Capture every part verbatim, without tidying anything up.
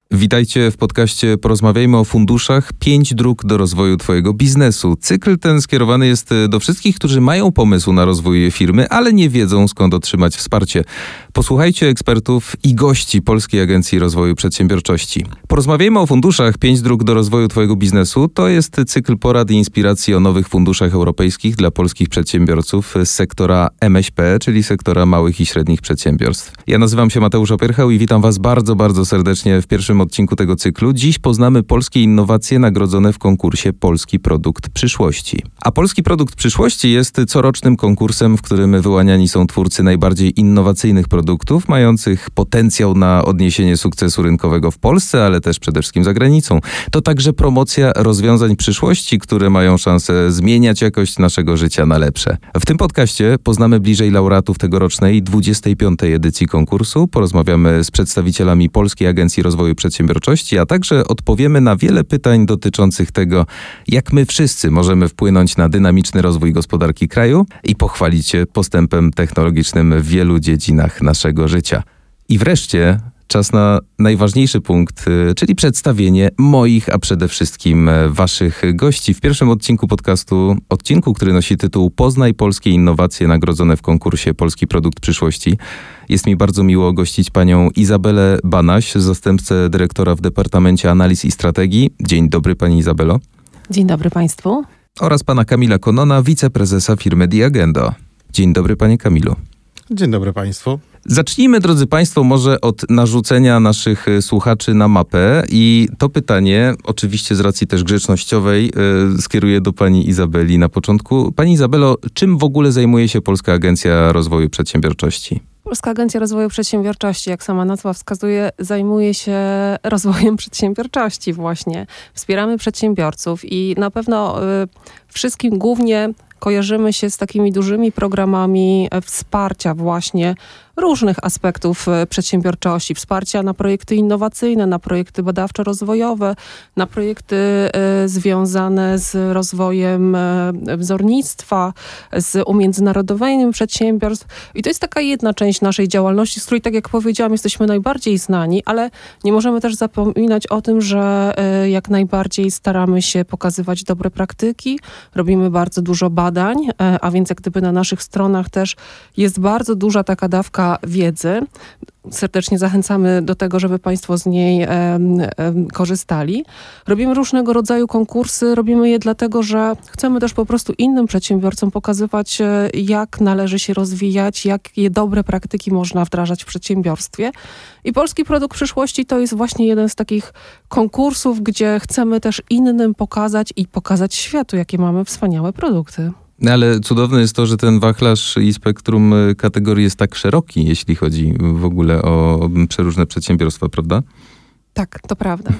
Witajcie w podcaście Porozmawiajmy o funduszach. Pięć dróg do rozwoju Twojego biznesu. Cykl ten skierowany jest do wszystkich, którzy mają pomysł na rozwój firmy, ale nie wiedzą, skąd otrzymać wsparcie. Posłuchajcie ekspertów i gości Polskiej Agencji Rozwoju Przedsiębiorczości. Porozmawiajmy o funduszach. Pięć dróg do rozwoju Twojego biznesu. To jest cykl porad i inspiracji o nowych funduszach europejskich dla polskich przedsiębiorców z sektora M S P, czyli sektora małych i średnich przedsiębiorstw. Ja nazywam się Mateusz Opierchał i witam Was bardzo, bardzo serdecznie w pierwszym odcinku tego cyklu. Dziś poznamy polskie innowacje nagrodzone w konkursie Polski Produkt Przyszłości. A Polski Produkt Przyszłości jest corocznym konkursem, w którym wyłaniani są twórcy najbardziej innowacyjnych produktów, mających potencjał na odniesienie sukcesu rynkowego w Polsce, ale też przede wszystkim za granicą. To także promocja rozwiązań przyszłości, które mają szansę zmieniać jakość naszego życia na lepsze. W tym podcaście poznamy bliżej laureatów tegorocznej dwudziestej piątej edycji konkursu, porozmawiamy z przedstawicielami Polskiej Agencji Rozwoju Przedsiębiorczości, a także odpowiemy na wiele pytań dotyczących tego, jak my wszyscy możemy wpłynąć na dynamiczny rozwój gospodarki kraju i pochwalić się postępem technologicznym w wielu dziedzinach naszego życia. I wreszcie czas na najważniejszy punkt, czyli przedstawienie moich, a przede wszystkim waszych gości. W pierwszym odcinku podcastu, odcinku, który nosi tytuł Poznaj polskie innowacje nagrodzone w konkursie Polski Produkt Przyszłości, jest mi bardzo miło gościć panią Izabelę Banaś, zastępcę dyrektora w Departamencie Analiz i Strategii. Dzień dobry, pani Izabelo. Dzień dobry państwu. Oraz pana Kamila Konona, wiceprezesa firmy Diagendo. Dzień dobry, panie Kamilu. Dzień dobry państwu. Zacznijmy, drodzy państwo, może od narzucenia naszych słuchaczy na mapę i to pytanie, oczywiście z racji też grzecznościowej, yy, skieruję do pani Izabeli na początku. Pani Izabelo, czym w ogóle zajmuje się Polska Agencja Rozwoju Przedsiębiorczości? Polska Agencja Rozwoju Przedsiębiorczości, jak sama nazwa wskazuje, zajmuje się rozwojem przedsiębiorczości właśnie. Wspieramy przedsiębiorców i na pewno y, wszystkim głównie kojarzymy się z takimi dużymi programami wsparcia właśnie różnych aspektów przedsiębiorczości. Wsparcia na projekty innowacyjne, na projekty badawczo-rozwojowe, na projekty y, związane z rozwojem y, wzornictwa, z umiędzynarodowieniem przedsiębiorstw. I to jest taka jedna część naszej działalności, z której, tak jak powiedziałam, jesteśmy najbardziej znani, ale nie możemy też zapominać o tym, że y, jak najbardziej staramy się pokazywać dobre praktyki. Robimy bardzo dużo badań, y, a więc jak gdyby na naszych stronach też jest bardzo duża taka dawka wiedzy. Serdecznie zachęcamy do tego, żeby państwo z niej e, e, korzystali. Robimy różnego rodzaju konkursy. Robimy je dlatego, że chcemy też po prostu innym przedsiębiorcom pokazywać, jak należy się rozwijać, jakie dobre praktyki można wdrażać w przedsiębiorstwie. I Polski Produkt Przyszłości to jest właśnie jeden z takich konkursów, gdzie chcemy też innym pokazać i pokazać światu, jakie mamy wspaniałe produkty. No ale cudowne jest to, że ten wachlarz i spektrum kategorii jest tak szeroki, jeśli chodzi w ogóle o przeróżne przedsiębiorstwa, prawda? Tak, to prawda.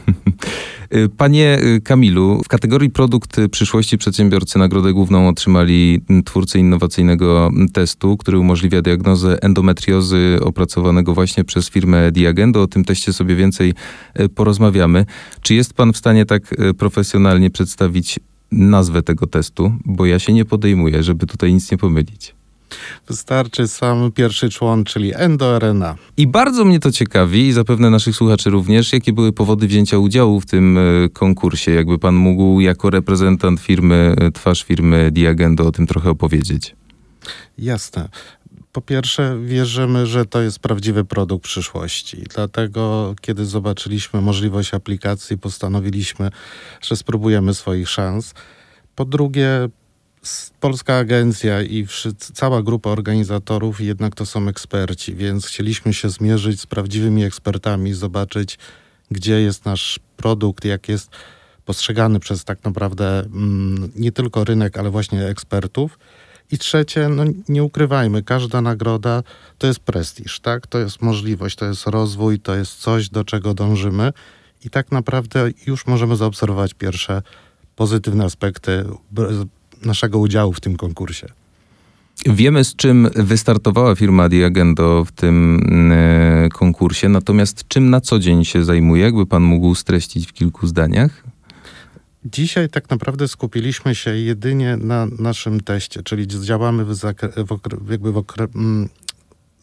Panie Kamilu, w kategorii Produkt Przyszłości Przedsiębiorcy nagrodę główną otrzymali twórcy innowacyjnego testu, który umożliwia diagnozę endometriozy opracowanego właśnie przez firmę Diagendo. O tym teście sobie więcej porozmawiamy. Czy jest pan w stanie tak profesjonalnie przedstawić nazwę tego testu, bo ja się nie podejmuję, żeby tutaj nic nie pomylić. Wystarczy sam pierwszy człon, czyli endoRNA. I bardzo mnie to ciekawi i zapewne naszych słuchaczy również, jakie były powody wzięcia udziału w tym konkursie. Jakby pan mógł jako reprezentant firmy, twarz firmy Diagendo o tym trochę opowiedzieć. Jasne. Po pierwsze, wierzymy, że to jest prawdziwy produkt przyszłości. Dlatego, kiedy zobaczyliśmy możliwość aplikacji, postanowiliśmy, że spróbujemy swoich szans. Po drugie, Polska Agencja i cała grupa organizatorów jednak to są eksperci, więc chcieliśmy się zmierzyć z prawdziwymi ekspertami, zobaczyć, gdzie jest nasz produkt, jak jest postrzegany przez tak naprawdę mm, nie tylko rynek, ale właśnie ekspertów. I trzecie, no nie ukrywajmy, każda nagroda to jest prestiż, tak? To jest możliwość, to jest rozwój, to jest coś, do czego dążymy i tak naprawdę już możemy zaobserwować pierwsze pozytywne aspekty naszego udziału w tym konkursie. Wiemy, z czym wystartowała firma Diagendo w tym y, konkursie, natomiast czym na co dzień się zajmuje? Jakby pan mógł streścić w kilku zdaniach? Dzisiaj tak naprawdę skupiliśmy się jedynie na naszym teście, czyli działamy w, zakre- w, okre- jakby w okre-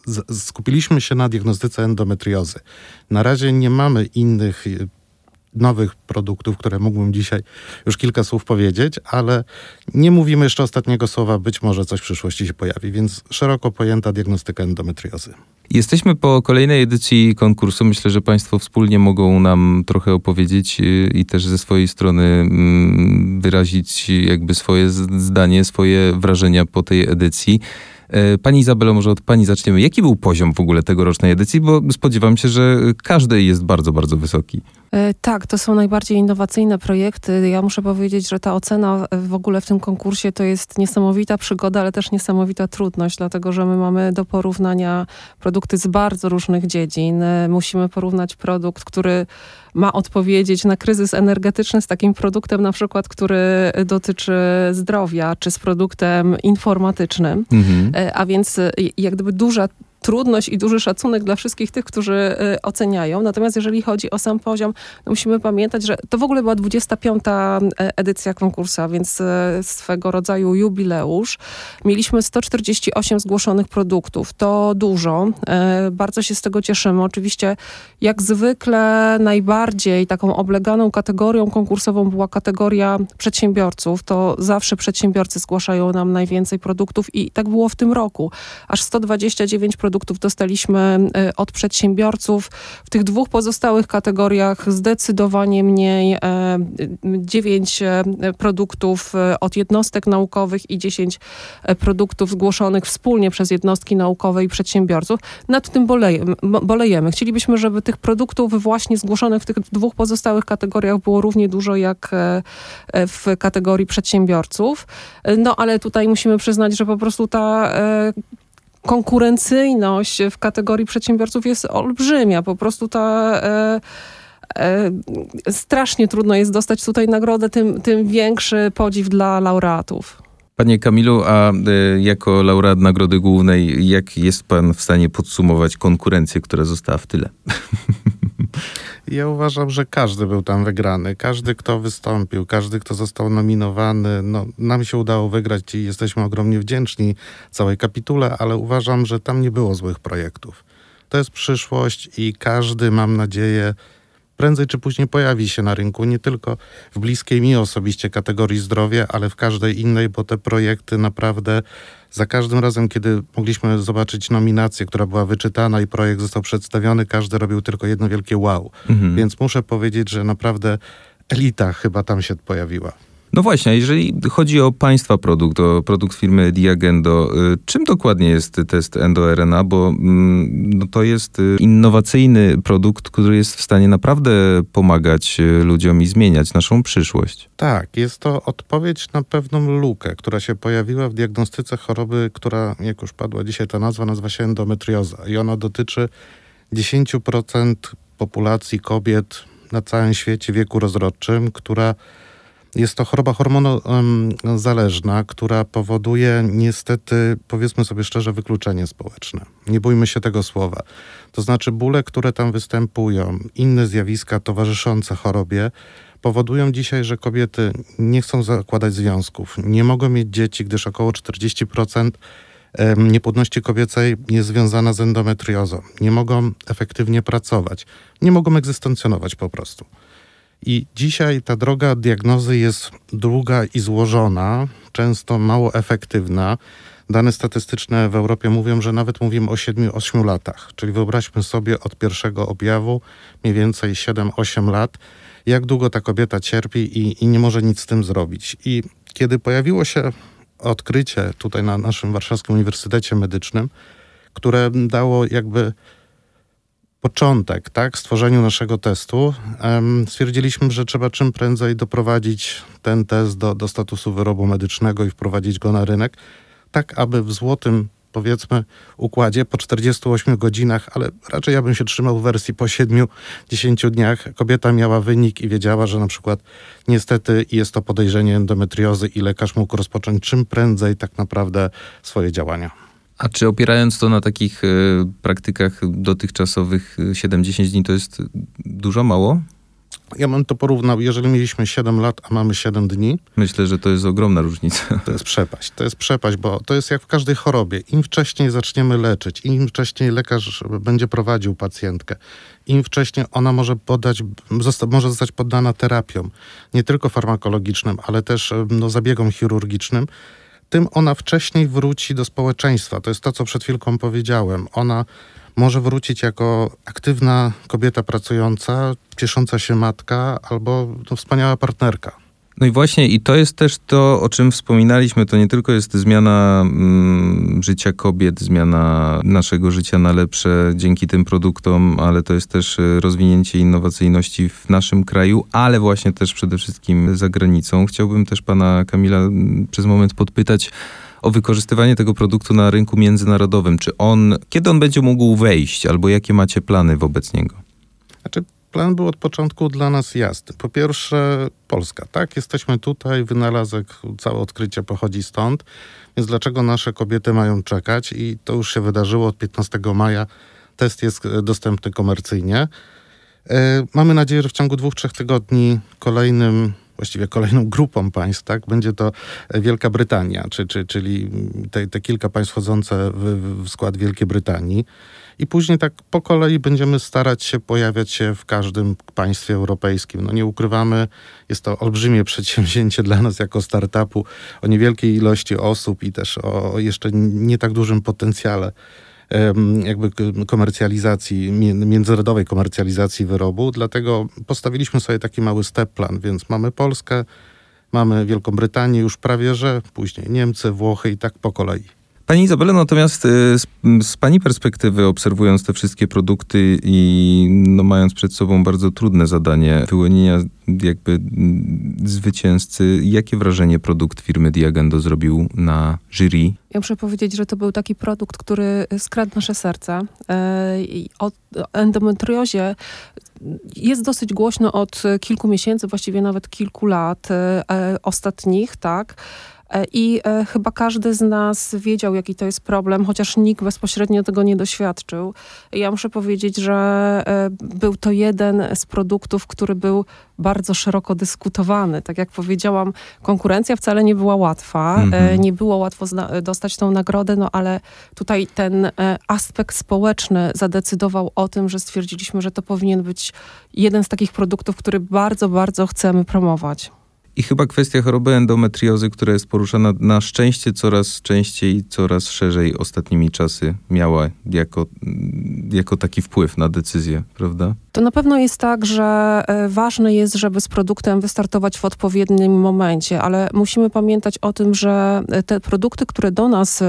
z, skupiliśmy się na diagnostyce endometriozy. Na razie nie mamy innych nowych produktów, które mógłbym dzisiaj już kilka słów powiedzieć, ale nie mówimy jeszcze ostatniego słowa, być może coś w przyszłości się pojawi, więc szeroko pojęta diagnostyka endometriozy. Jesteśmy po kolejnej edycji konkursu. Myślę, że Państwo wspólnie mogą nam trochę opowiedzieć i też ze swojej strony wyrazić jakby swoje zdanie, swoje wrażenia po tej edycji. Pani Izabelo, może od Pani zaczniemy. Jaki był poziom w ogóle tegorocznej edycji? Bo spodziewam się, że każdy jest bardzo, bardzo wysoki. Tak, to są najbardziej innowacyjne projekty. Ja muszę powiedzieć, że ta ocena w ogóle w tym konkursie to jest niesamowita przygoda, ale też niesamowita trudność, dlatego że my mamy do porównania produkty z bardzo różnych dziedzin. Musimy porównać produkt, który ma odpowiedzieć na kryzys energetyczny z takim produktem na przykład, który dotyczy zdrowia, czy z produktem informatycznym. Mhm. A więc jak gdyby duża trudność i duży szacunek dla wszystkich tych, którzy y, oceniają. Natomiast jeżeli chodzi o sam poziom, no musimy pamiętać, że to w ogóle była dwudziesta piąta edycja konkursu, a więc y, swego rodzaju jubileusz. Mieliśmy sto czterdzieści osiem zgłoszonych produktów. To dużo. Y, bardzo się z tego cieszymy. Oczywiście jak zwykle najbardziej taką obleganą kategorią konkursową była kategoria przedsiębiorców. To zawsze przedsiębiorcy zgłaszają nam najwięcej produktów i tak było w tym roku. Aż sto dwadzieścia dziewięć produktów produktów dostaliśmy od przedsiębiorców. W tych dwóch pozostałych kategoriach zdecydowanie mniej. dziewięć produktów od jednostek naukowych i dziesięć produktów zgłoszonych wspólnie przez jednostki naukowe i przedsiębiorców. Nad tym bolejemy. bolejemy. Chcielibyśmy, żeby tych produktów właśnie zgłoszonych w tych dwóch pozostałych kategoriach było równie dużo jak w kategorii przedsiębiorców. No ale tutaj musimy przyznać, że po prostu ta konkurencyjność w kategorii przedsiębiorców jest olbrzymia. Po prostu ta e, e, strasznie trudno jest dostać tutaj nagrodę, tym, tym większy podziw dla laureatów. Panie Kamilu, a y, jako laureat Nagrody Głównej, jak jest pan w stanie podsumować konkurencję, która została w tyle? Ja uważam, że każdy był tam wygrany. Każdy, kto wystąpił, każdy, kto został nominowany. No, nam się udało wygrać i jesteśmy ogromnie wdzięczni całej kapitule, ale uważam, że tam nie było złych projektów. To jest przyszłość i każdy, mam nadzieję, prędzej czy później pojawi się na rynku, nie tylko w bliskiej mi osobiście kategorii zdrowie, ale w każdej innej, bo te projekty naprawdę za każdym razem, kiedy mogliśmy zobaczyć nominację, która była wyczytana i projekt został przedstawiony, każdy robił tylko jedno wielkie wow. Mhm. Więc muszę powiedzieć, że naprawdę elita chyba tam się pojawiła. No właśnie, jeżeli chodzi o Państwa produkt, o produkt firmy Diagendo, czym dokładnie jest test EndoRNA? Bo Bo no, to jest innowacyjny produkt, który jest w stanie naprawdę pomagać ludziom i zmieniać naszą przyszłość. Tak, jest to odpowiedź na pewną lukę, która się pojawiła w diagnostyce choroby, która, jak już padła dzisiaj ta nazwa, nazywa się endometrioza. I ona dotyczy dziesięć procent populacji kobiet na całym świecie w wieku rozrodczym, która jest to choroba hormonozależna, która powoduje niestety, powiedzmy sobie szczerze, wykluczenie społeczne. Nie bójmy się tego słowa. To znaczy bóle, które tam występują, inne zjawiska towarzyszące chorobie powodują dzisiaj, że kobiety nie chcą zakładać związków, nie mogą mieć dzieci, gdyż około czterdzieści procent niepłodności kobiecej jest związana z endometriozą. Nie mogą efektywnie pracować, nie mogą egzystencjonować po prostu. I dzisiaj ta droga diagnozy jest długa i złożona, często mało efektywna. Dane statystyczne w Europie mówią, że nawet mówimy o siedmiu ośmiu latach. Czyli wyobraźmy sobie od pierwszego objawu mniej więcej siedem osiem lat, jak długo ta kobieta cierpi i, i nie może nic z tym zrobić. I kiedy pojawiło się odkrycie tutaj na naszym Warszawskim Uniwersytecie Medycznym, które dało jakby początek, tak, stworzeniu naszego testu, um, stwierdziliśmy, że trzeba czym prędzej doprowadzić ten test do, do statusu wyrobu medycznego i wprowadzić go na rynek, tak aby w złotym, powiedzmy, układzie po czterdziestu ośmiu godzinach, ale raczej ja bym się trzymał w wersji po siedmiu dziesięciu dniach, kobieta miała wynik i wiedziała, że na przykład niestety jest to podejrzenie endometriozy i lekarz mógł rozpocząć czym prędzej tak naprawdę swoje działania. A czy opierając to na takich y, praktykach dotychczasowych siedem dziesięć dni, to jest dużo, mało? Ja bym to porównał, jeżeli mieliśmy siedem lat, a mamy siedem dni. Myślę, że to jest ogromna różnica. To jest przepaść. To jest przepaść, bo to jest jak w każdej chorobie. Im wcześniej zaczniemy leczyć, im wcześniej lekarz będzie prowadził pacjentkę, im wcześniej ona może podać, zosta- może zostać poddana terapiom, nie tylko farmakologicznym, ale też no, zabiegom chirurgicznym, tym ona wcześniej wróci do społeczeństwa. To jest to, co przed chwilką powiedziałem. Ona może wrócić jako aktywna kobieta pracująca, ciesząca się matka albo no, wspaniała partnerka. No i właśnie, i to jest też to, o czym wspominaliśmy. To nie tylko jest zmiana mm, życia kobiet, zmiana naszego życia na lepsze dzięki tym produktom, ale to jest też rozwinięcie innowacyjności w naszym kraju, ale właśnie też przede wszystkim za granicą. Chciałbym też pana Kamila przez moment podpytać o wykorzystywanie tego produktu na rynku międzynarodowym. Czy on, kiedy on będzie mógł wejść, albo jakie macie plany wobec niego? Znaczy, plan był od początku dla nas jasny. Po pierwsze, Polska, tak? Jesteśmy tutaj, wynalazek, całe odkrycie pochodzi stąd, więc dlaczego nasze kobiety mają czekać? I to już się wydarzyło od piętnastego maja. Test jest dostępny komercyjnie. E, mamy nadzieję, że w ciągu dwóch, trzech tygodni kolejnym właściwie kolejną grupą państw, tak? Będzie to Wielka Brytania, czy, czy, czyli te, te kilka państw wchodzące w, w skład Wielkiej Brytanii. I później tak po kolei będziemy starać się pojawiać się w każdym państwie europejskim. No nie ukrywamy, jest to olbrzymie przedsięwzięcie dla nas jako startupu o niewielkiej ilości osób i też o jeszcze nie tak dużym potencjale jakby komercjalizacji, międzynarodowej komercjalizacji wyrobu. Dlatego postawiliśmy sobie taki mały step plan, więc mamy Polskę, mamy Wielką Brytanię już prawie, że później Niemcy, Włochy i tak po kolei. Pani Izabelo, natomiast z, z pani perspektywy, obserwując te wszystkie produkty i no, mając przed sobą bardzo trudne zadanie wyłonienia jakby zwycięzcy, jakie wrażenie produkt firmy Diagendo zrobił na jury? Ja muszę powiedzieć, że to był taki produkt, który skradł nasze serce. I o endometriozie jest dosyć głośno od kilku miesięcy, właściwie nawet kilku lat ostatnich, tak? I e, chyba każdy z nas wiedział, jaki to jest problem, chociaż nikt bezpośrednio tego nie doświadczył. Ja muszę powiedzieć, że e, był to jeden z produktów, który był bardzo szeroko dyskutowany. Tak jak powiedziałam, konkurencja wcale nie była łatwa. Mm-hmm. E, nie było łatwo zna- dostać tą nagrodę, no ale tutaj ten e, aspekt społeczny zadecydował o tym, że stwierdziliśmy, że to powinien być jeden z takich produktów, który bardzo, bardzo chcemy promować. I chyba kwestia choroby endometriozy, która jest poruszana na szczęście coraz częściej i coraz szerzej ostatnimi czasy, miała jako, jako taki wpływ na decyzję, prawda? To na pewno jest tak, że ważne jest, żeby z produktem wystartować w odpowiednim momencie, ale musimy pamiętać o tym, że te produkty, które do nas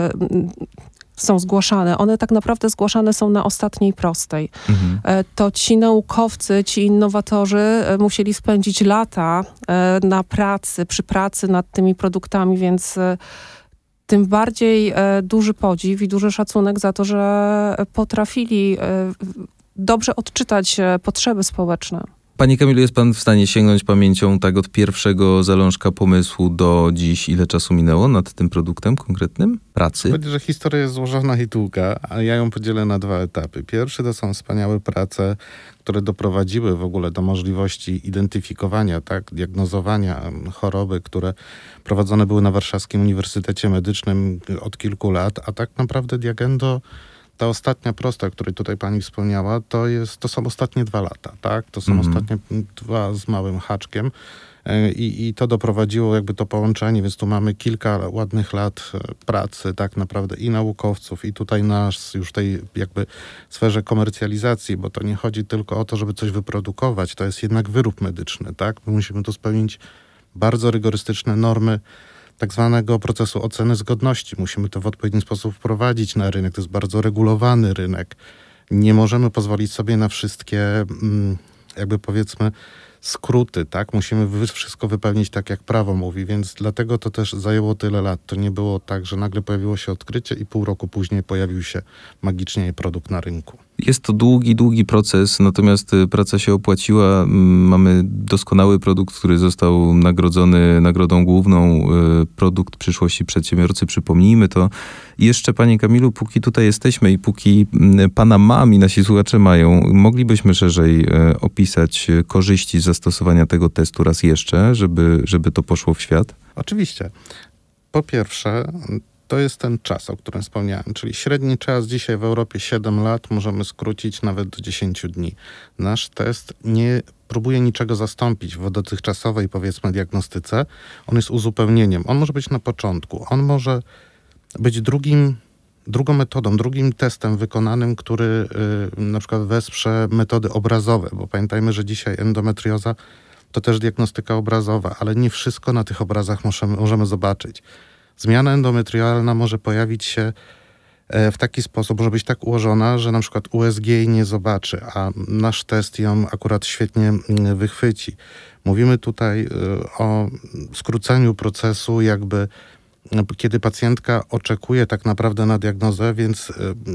są zgłaszane, one tak naprawdę zgłaszane są na ostatniej prostej. Mhm. To ci naukowcy, ci innowatorzy musieli spędzić lata na pracy, przy pracy nad tymi produktami, więc tym bardziej duży podziw i duży szacunek za to, że potrafili dobrze odczytać potrzeby społeczne. Panie Kamilu, jest pan w stanie sięgnąć pamięcią tak od pierwszego zalążka pomysłu do dziś, ile czasu minęło nad tym produktem konkretnym? Pracy? Powiedzieć, że historia jest złożona i długa, a ja ją podzielę na dwa etapy. Pierwszy to są wspaniałe prace, które doprowadziły w ogóle do możliwości identyfikowania, tak, diagnozowania choroby, które prowadzone były na Warszawskim Uniwersytecie Medycznym od kilku lat, a tak naprawdę Diagendo, ta ostatnia prosta, o której tutaj pani wspomniała, to, jest, to są ostatnie dwa lata, tak? To są mm. ostatnie dwa z małym haczkiem I, i to doprowadziło jakby to połączenie, więc tu mamy kilka ładnych lat pracy tak naprawdę i naukowców, i tutaj nas już w tej jakby sferze komercjalizacji, bo to nie chodzi tylko o to, żeby coś wyprodukować, to jest jednak wyrób medyczny, tak? My musimy tu spełnić bardzo rygorystyczne normy tak zwanego procesu oceny zgodności. Musimy to w odpowiedni sposób wprowadzić na rynek. To jest bardzo regulowany rynek. Nie możemy pozwolić sobie na wszystkie, jakby powiedzmy, skróty, tak? Musimy wszystko wypełnić tak, jak prawo mówi, więc dlatego to też zajęło tyle lat. To nie było tak, że nagle pojawiło się odkrycie i pół roku później pojawił się magicznie produkt na rynku. Jest to długi, długi proces, natomiast praca się opłaciła. Mamy doskonały produkt, który został nagrodzony nagrodą główną, produkt przyszłości przedsiębiorcy, przypomnijmy to. I jeszcze, panie Kamilu, póki tutaj jesteśmy i póki pana mam i nasi słuchacze mają, moglibyśmy szerzej opisać korzyści z zastosowania tego testu raz jeszcze, żeby, żeby to poszło w świat? Oczywiście. Po pierwsze, to jest ten czas, o którym wspomniałem, czyli średni czas dzisiaj w Europie siedem lat możemy skrócić nawet do dziesięć dni. Nasz test nie próbuje niczego zastąpić w dotychczasowej, powiedzmy, diagnostyce. On jest uzupełnieniem. On może być na początku. On może być drugim, drugą metodą, drugim testem wykonanym, który y, na przykład wesprze metody obrazowe, bo pamiętajmy, że dzisiaj endometrioza to też diagnostyka obrazowa, ale nie wszystko na tych obrazach możemy, możemy zobaczyć. Zmiana endometrialna może pojawić się w taki sposób, może być tak ułożona, że na przykład U S G jej nie zobaczy, a nasz test ją akurat świetnie wychwyci. Mówimy tutaj o skróceniu procesu, jakby kiedy pacjentka oczekuje tak naprawdę na diagnozę, więc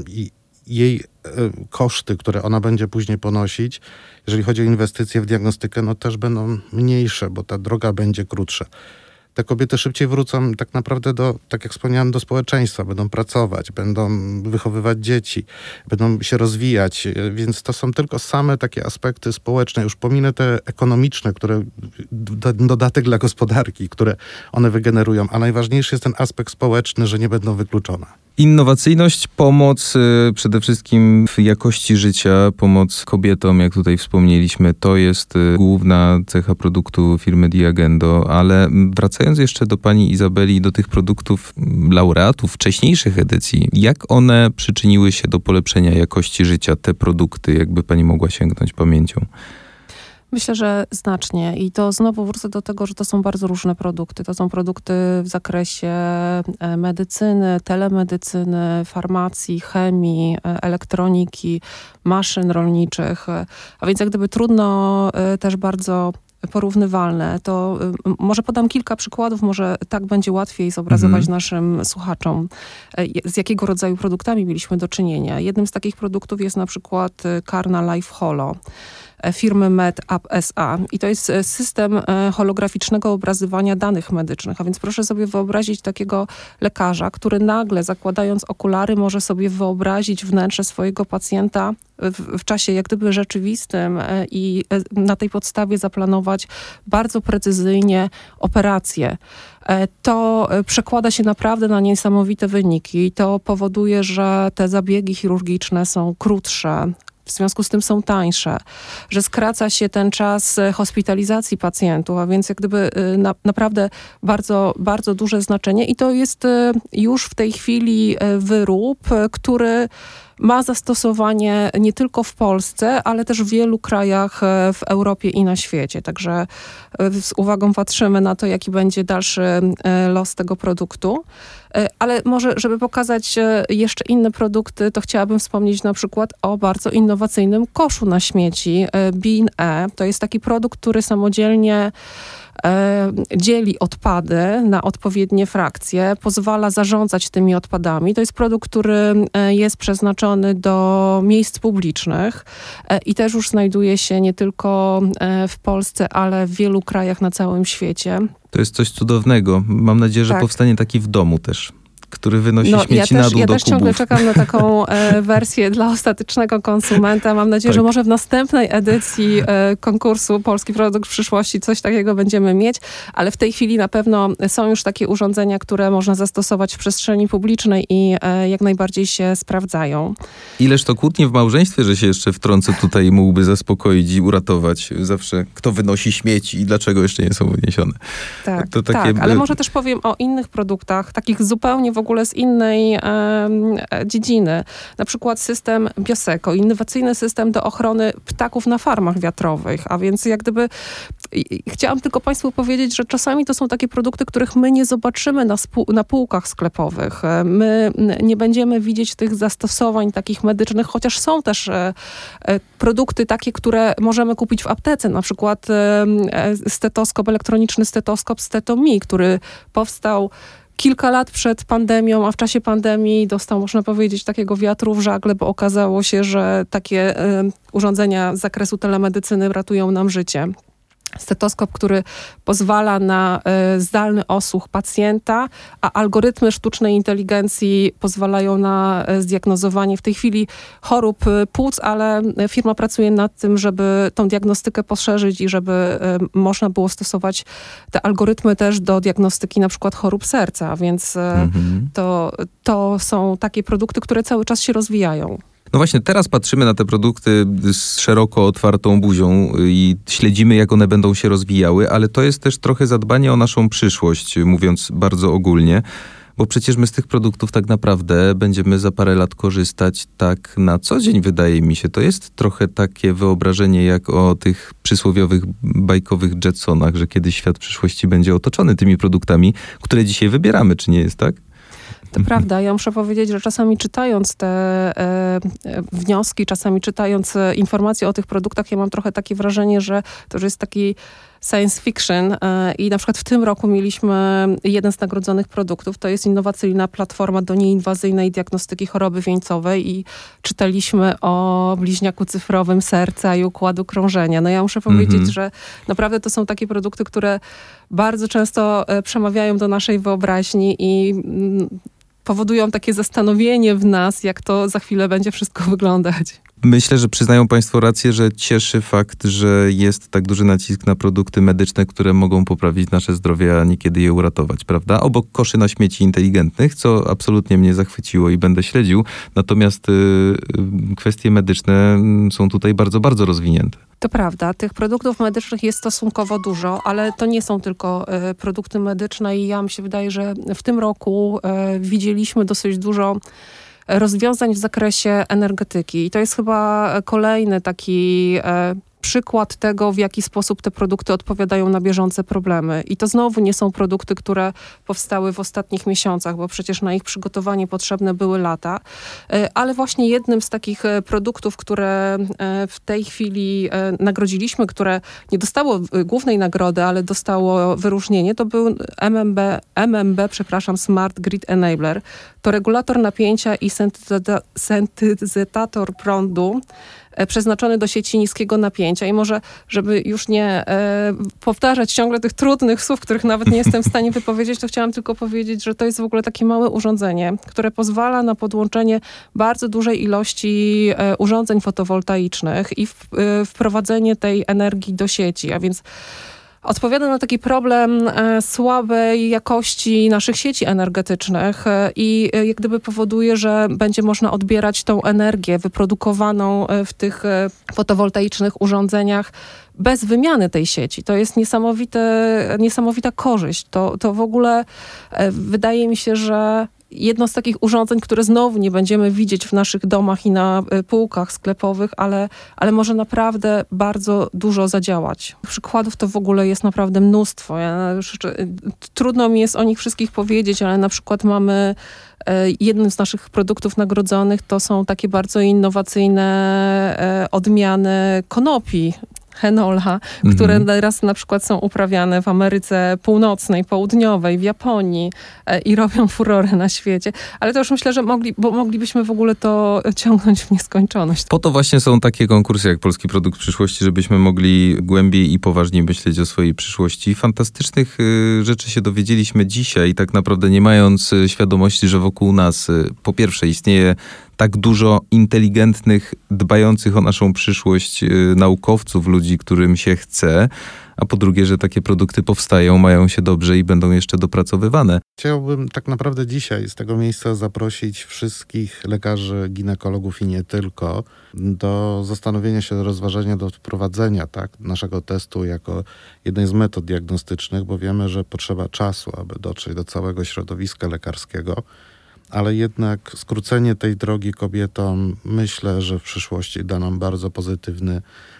jej koszty, które ona będzie później ponosić, jeżeli chodzi o inwestycje w diagnostykę, no też będą mniejsze, bo ta droga będzie krótsza. Te kobiety szybciej wrócą tak naprawdę do, tak jak wspomniałem, do społeczeństwa, będą pracować, będą wychowywać dzieci, będą się rozwijać, więc to są tylko same takie aspekty społeczne, już pominę te ekonomiczne, które dodatek dla gospodarki, które one wygenerują, a najważniejszy jest ten aspekt społeczny, że nie będą wykluczone. Innowacyjność, pomoc przede wszystkim w jakości życia, pomoc kobietom, jak tutaj wspomnieliśmy, to jest główna cecha produktu firmy Diagendo, ale wracając jeszcze do pani Izabeli, do tych produktów laureatów wcześniejszych edycji, jak one przyczyniły się do polepszenia jakości życia, te produkty, jakby pani mogła sięgnąć pamięcią? Myślę, że znacznie i to znowu wrócę do tego, że to są bardzo różne produkty. To są produkty w zakresie medycyny, telemedycyny, farmacji, chemii, elektroniki, maszyn rolniczych, a więc jak gdyby trudno też bardzo porównywalne. To może podam kilka przykładów, może tak będzie łatwiej zobrazować mhm. naszym słuchaczom, z jakiego rodzaju produktami mieliśmy do czynienia. Jednym z takich produktów jest na przykład Karna Life Holo firmy MedUp S A i to jest system holograficznego obrazywania danych medycznych, a więc proszę sobie wyobrazić takiego lekarza, który nagle zakładając okulary może sobie wyobrazić wnętrze swojego pacjenta w, w czasie jak gdyby rzeczywistym i na tej podstawie zaplanować bardzo precyzyjnie operacje. To przekłada się naprawdę na niesamowite wyniki. To powoduje, że te zabiegi chirurgiczne są krótsze, w związku z tym są tańsze, że skraca się ten czas hospitalizacji pacjentów, a więc jak gdyby na, naprawdę bardzo, bardzo duże znaczenie i to jest już w tej chwili wyrób, który ma zastosowanie nie tylko w Polsce, ale też w wielu krajach w Europie i na świecie. Także z uwagą patrzymy na to, jaki będzie dalszy los tego produktu. Ale może, żeby pokazać jeszcze inne produkty, to chciałabym wspomnieć na przykład o bardzo innowacyjnym koszu na śmieci Bean E. To jest taki produkt, który samodzielnie dzieli odpady na odpowiednie frakcje, pozwala zarządzać tymi odpadami. To jest produkt, który jest przeznaczony do miejsc publicznych i też już znajduje się nie tylko w Polsce, ale w wielu krajach na całym świecie. To jest coś cudownego. Mam nadzieję, że tak. powstanie taki w domu też, który wynosi no, śmieci ja na też, dół ja do też kubów. ciągle czekam na taką e, wersję dla ostatecznego konsumenta. Mam nadzieję, tak. że może w następnej edycji e, konkursu Polski Produkt Przyszłości coś takiego będziemy mieć, ale w tej chwili na pewno są już takie urządzenia, które można zastosować w przestrzeni publicznej i e, jak najbardziej się sprawdzają. Ileż to kłótni w małżeństwie, że się jeszcze wtrącę tutaj, mógłby zaspokoić i uratować zawsze, kto wynosi śmieci i dlaczego jeszcze nie są wyniesione. Tak, to takie... tak, ale może też powiem o innych produktach, takich zupełnie w ogóle z innej e, dziedziny. Na przykład system Bioseco, innowacyjny system do ochrony ptaków na farmach wiatrowych, a więc jak gdyby i, chciałam tylko Państwu powiedzieć, że czasami to są takie produkty, których my nie zobaczymy na, spół, na półkach sklepowych. My nie będziemy widzieć tych zastosowań takich medycznych, chociaż są też e, e, produkty takie, które możemy kupić w aptece, na przykład e, stetoskop, elektroniczny stetoskop Stetomi, który powstał kilka lat przed pandemią, a w czasie pandemii dostał, można powiedzieć, takiego wiatru w żagle, bo okazało się, że takie y, urządzenia z zakresu telemedycyny ratują nam życie. stetoskop, który pozwala na y, zdalny osłuch pacjenta, a algorytmy sztucznej inteligencji pozwalają na y, zdiagnozowanie w tej chwili chorób y, płuc, ale firma pracuje nad tym, żeby tą diagnostykę poszerzyć i żeby y, można było stosować te algorytmy też do diagnostyki na przykład chorób serca, więc y, mhm. to, to są takie produkty, które cały czas się rozwijają. No właśnie, teraz patrzymy na te produkty z szeroko otwartą buzią i śledzimy, jak one będą się rozwijały, ale to jest też trochę zadbanie o naszą przyszłość, mówiąc bardzo ogólnie, bo przecież my z tych produktów tak naprawdę będziemy za parę lat korzystać tak na co dzień, wydaje mi się. To jest trochę takie wyobrażenie jak o tych przysłowiowych, bajkowych Jetsonach, że kiedyś świat przyszłości będzie otoczony tymi produktami, które dzisiaj wybieramy, czy nie jest tak? To prawda. Ja muszę powiedzieć, że czasami czytając te e, wnioski, czasami czytając e, informacje o tych produktach, ja mam trochę takie wrażenie, że to już jest taki science fiction e, i na przykład w tym roku mieliśmy jeden z nagrodzonych produktów, to jest innowacyjna platforma do nieinwazyjnej diagnostyki choroby wieńcowej i czytaliśmy o bliźniaku cyfrowym serca i układu krążenia. No ja muszę powiedzieć, mm-hmm. że naprawdę to są takie produkty, które bardzo często e, przemawiają do naszej wyobraźni i mm, powodują takie zastanowienie w nas, jak to za chwilę będzie wszystko wyglądać. Myślę, że przyznają państwo rację, że cieszy fakt, że jest tak duży nacisk na produkty medyczne, które mogą poprawić nasze zdrowie, a niekiedy je uratować, prawda? Obok koszy na śmieci inteligentnych, co absolutnie mnie zachwyciło i będę śledził. Natomiast y, kwestie medyczne są tutaj bardzo, bardzo rozwinięte. To prawda, tych produktów medycznych jest stosunkowo dużo, ale to nie są tylko y, produkty medyczne i ja mi się wydaje, że w tym roku y, widzieliśmy dosyć dużo rozwiązań w zakresie energetyki. I to jest chyba kolejny taki e, przykład tego, w jaki sposób te produkty odpowiadają na bieżące problemy. I to znowu nie są produkty, które powstały w ostatnich miesiącach, bo przecież na ich przygotowanie potrzebne były lata. E, ale właśnie jednym z takich e, produktów, które e, w tej chwili e, nagrodziliśmy, które nie dostało e, głównej nagrody, ale dostało wyróżnienie, to był M M B, M M B, przepraszam, Smart Grid Enabler. To regulator napięcia i syntetyza- syntetyzator prądu e, przeznaczony do sieci niskiego napięcia. I może, żeby już nie e, powtarzać ciągle tych trudnych słów, których nawet nie jestem w stanie wypowiedzieć, to chciałam tylko powiedzieć, że to jest w ogóle takie małe urządzenie, które pozwala na podłączenie bardzo dużej ilości e, urządzeń fotowoltaicznych i w, e, wprowadzenie tej energii do sieci. A więc odpowiada na taki problem e, słabej jakości naszych sieci energetycznych e, i e, jak gdyby powoduje, że będzie można odbierać tą energię wyprodukowaną e, w tych e, fotowoltaicznych urządzeniach bez wymiany tej sieci. To jest niesamowite, niesamowita korzyść. To, to w ogóle e, wydaje mi się, że jedno z takich urządzeń, które znowu nie będziemy widzieć w naszych domach i na półkach sklepowych, ale, ale może naprawdę bardzo dużo zadziałać. Przykładów to w ogóle jest naprawdę mnóstwo. Ja już, trudno mi jest o nich wszystkich powiedzieć, ale na przykład mamy jednym z naszych produktów nagrodzonych to są takie bardzo innowacyjne odmiany konopi. Henola, które mhm. teraz na przykład są uprawiane w Ameryce Północnej, Południowej, w Japonii e, i robią furorę na świecie. Ale to już myślę, że mogli, bo moglibyśmy w ogóle to ciągnąć w nieskończoność. Po to właśnie są takie konkursy jak Polski Produkt Przyszłości, żebyśmy mogli głębiej i poważniej myśleć o swojej przyszłości. Fantastycznych y, rzeczy się dowiedzieliśmy dzisiaj, tak naprawdę nie mając y, świadomości, że wokół nas y, po pierwsze istnieje tak dużo inteligentnych, dbających o naszą przyszłość y, naukowców, ludzi, którym się chce, a po drugie, że takie produkty powstają, mają się dobrze i będą jeszcze dopracowywane. Chciałbym tak naprawdę dzisiaj z tego miejsca zaprosić wszystkich lekarzy, ginekologów i nie tylko do zastanowienia się, do rozważenia, do wprowadzenia tak, naszego testu jako jednej z metod diagnostycznych, bo wiemy, że potrzeba czasu, aby dotrzeć do całego środowiska lekarskiego. Ale jednak skrócenie tej drogi kobietom myślę, że w przyszłości da nam bardzo pozytywny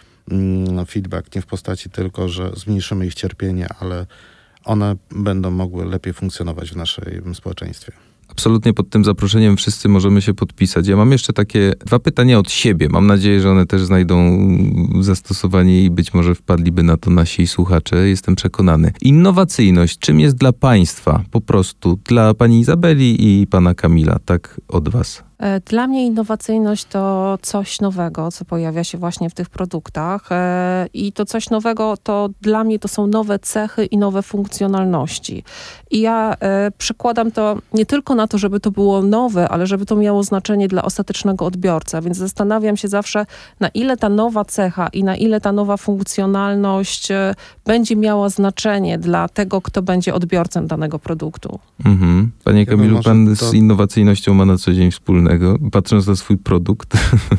mm, feedback. Nie w postaci tylko, że zmniejszymy ich cierpienie, ale one będą mogły lepiej funkcjonować w naszym społeczeństwie. Absolutnie pod tym zaproszeniem wszyscy możemy się podpisać. Ja mam jeszcze takie dwa pytania od siebie. Mam nadzieję, że one też znajdą zastosowanie i być może wpadliby na to nasi słuchacze. Jestem przekonany. Innowacyjność. Czym jest dla państwa? Po prostu dla pani Izabeli i pana Kamila. Tak od was. Dla mnie innowacyjność to coś nowego, co pojawia się właśnie w tych produktach i to coś nowego to dla mnie to są nowe cechy i nowe funkcjonalności. I ja przykładam to nie tylko na to, żeby to było nowe, ale żeby to miało znaczenie dla ostatecznego odbiorcy. Więc zastanawiam się zawsze, na ile ta nowa cecha i na ile ta nowa funkcjonalność będzie miała znaczenie dla tego, kto będzie odbiorcą danego produktu. Mhm. Panie Kamilu, pan to... z innowacyjnością ma na co dzień wspólnego, patrząc na swój produkt?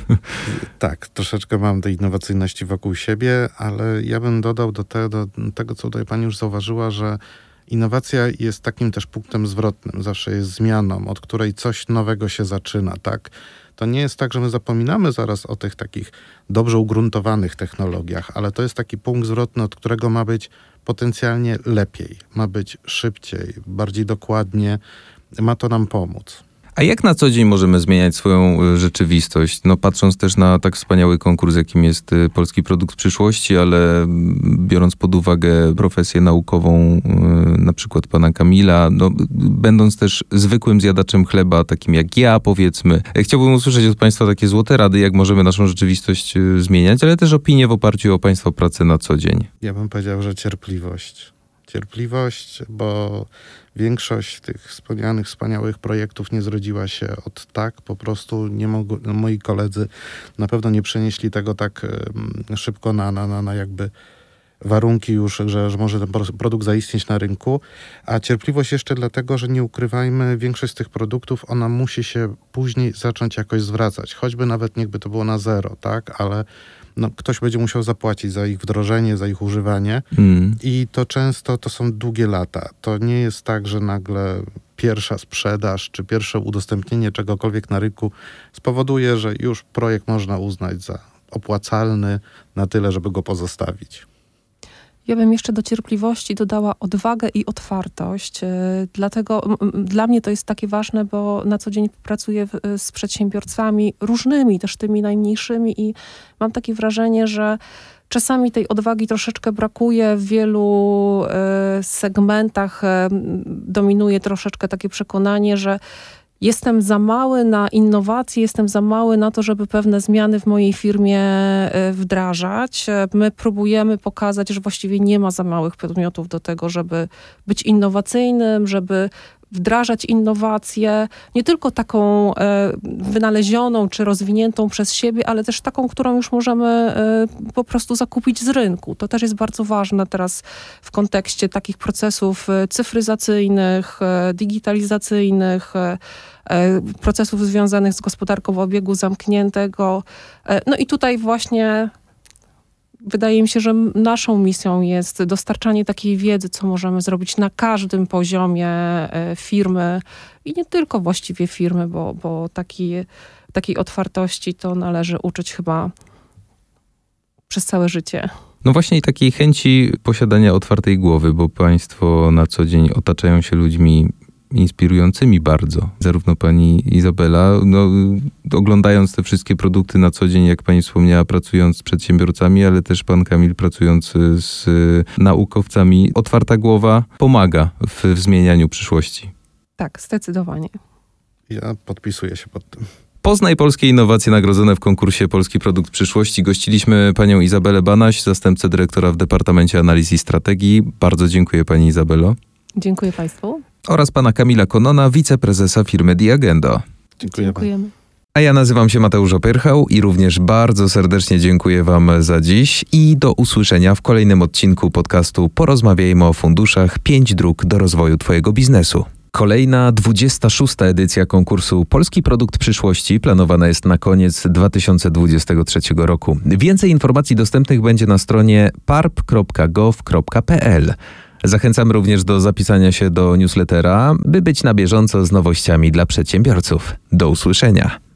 Tak, troszeczkę mam tej innowacyjności wokół siebie, ale ja bym dodał do, te, do tego, co tutaj pani już zauważyła, że innowacja jest takim też punktem zwrotnym, zawsze jest zmianą, od której coś nowego się zaczyna, tak? To nie jest tak, że my zapominamy zaraz o tych takich dobrze ugruntowanych technologiach, ale to jest taki punkt zwrotny, od którego ma być potencjalnie lepiej, ma być szybciej, bardziej dokładnie, ma to nam pomóc. A jak na co dzień możemy zmieniać swoją rzeczywistość? No, patrząc też na tak wspaniały konkurs, jakim jest Polski Produkt Przyszłości, ale biorąc pod uwagę profesję naukową, na przykład pana Kamila, no, będąc też zwykłym zjadaczem chleba, takim jak ja, powiedzmy, chciałbym usłyszeć od państwa takie złote rady, jak możemy naszą rzeczywistość zmieniać, ale też opinie w oparciu o państwa pracę na co dzień. Ja bym powiedział, że cierpliwość. Cierpliwość, bo większość tych wspomnianych, wspaniałych projektów nie zrodziła się od tak. Po prostu nie mogą, no, moi koledzy na pewno nie przenieśli tego tak um, szybko na, na, na, na jakby warunki już, że, że może ten produkt zaistnieć na rynku. A cierpliwość jeszcze dlatego, że nie ukrywajmy, większość z tych produktów, ona musi się później zacząć jakoś zwracać. Choćby nawet niechby to było na zero, tak? Ale no, ktoś będzie musiał zapłacić za ich wdrożenie, za ich używanie mm. i to często to są długie lata. To nie jest tak, że nagle pierwsza sprzedaż czy pierwsze udostępnienie czegokolwiek na rynku spowoduje, że już projekt można uznać za opłacalny na tyle, żeby go pozostawić. Ja bym jeszcze do cierpliwości dodała odwagę i otwartość. Dlatego m, dla mnie to jest takie ważne, bo na co dzień pracuję w, z przedsiębiorcami różnymi, też tymi najmniejszymi i mam takie wrażenie, że czasami tej odwagi troszeczkę brakuje. W wielu y, segmentach y, dominuje troszeczkę takie przekonanie, że jestem za mały na innowacje, jestem za mały na to, żeby pewne zmiany w mojej firmie wdrażać. My próbujemy pokazać, że właściwie nie ma za małych podmiotów do tego, żeby być innowacyjnym, żeby wdrażać innowacje, nie tylko taką e, wynalezioną czy rozwiniętą przez siebie, ale też taką, którą już możemy e, po prostu zakupić z rynku. To też jest bardzo ważne teraz w kontekście takich procesów cyfryzacyjnych, e, digitalizacyjnych, e, e, procesów związanych z gospodarką obiegu zamkniętego. E, no i tutaj właśnie wydaje mi się, że naszą misją jest dostarczanie takiej wiedzy, co możemy zrobić na każdym poziomie firmy i nie tylko właściwie firmy, bo, bo taki, takiej otwartości to należy uczyć chyba przez całe życie. No właśnie i takiej chęci posiadania otwartej głowy, bo państwo na co dzień otaczają się ludźmi inspirującymi bardzo. Zarówno pani Izabela, no, oglądając te wszystkie produkty na co dzień, jak pani wspomniała, pracując z przedsiębiorcami, ale też pan Kamil pracując z naukowcami. Otwarta głowa pomaga w, w zmienianiu przyszłości. Tak, zdecydowanie. Ja podpisuję się pod tym. Poznaj polskie innowacje nagrodzone w konkursie Polski Produkt Przyszłości. Gościliśmy panią Izabelę Banaś, zastępcę dyrektora w Departamencie Analiz i Strategii. Bardzo dziękuję pani Izabelo. Dziękuję państwu. Oraz pana Kamila Konona, wiceprezesa firmy Diagendo. Dziękuję. Dziękujemy. A ja nazywam się Mateusz Opyrchał i również bardzo serdecznie dziękuję wam za dziś i do usłyszenia w kolejnym odcinku podcastu Porozmawiajmy o funduszach. Pięć dróg do rozwoju twojego biznesu. Kolejna, dwudziesta szósta edycja konkursu Polski Produkt Przyszłości planowana jest na koniec dwa tysiące dwudziestego trzeciego roku. Więcej informacji dostępnych będzie na stronie parp kropka gov kropka pl. Zachęcamy również do zapisania się do newslettera, by być na bieżąco z nowościami dla przedsiębiorców. Do usłyszenia.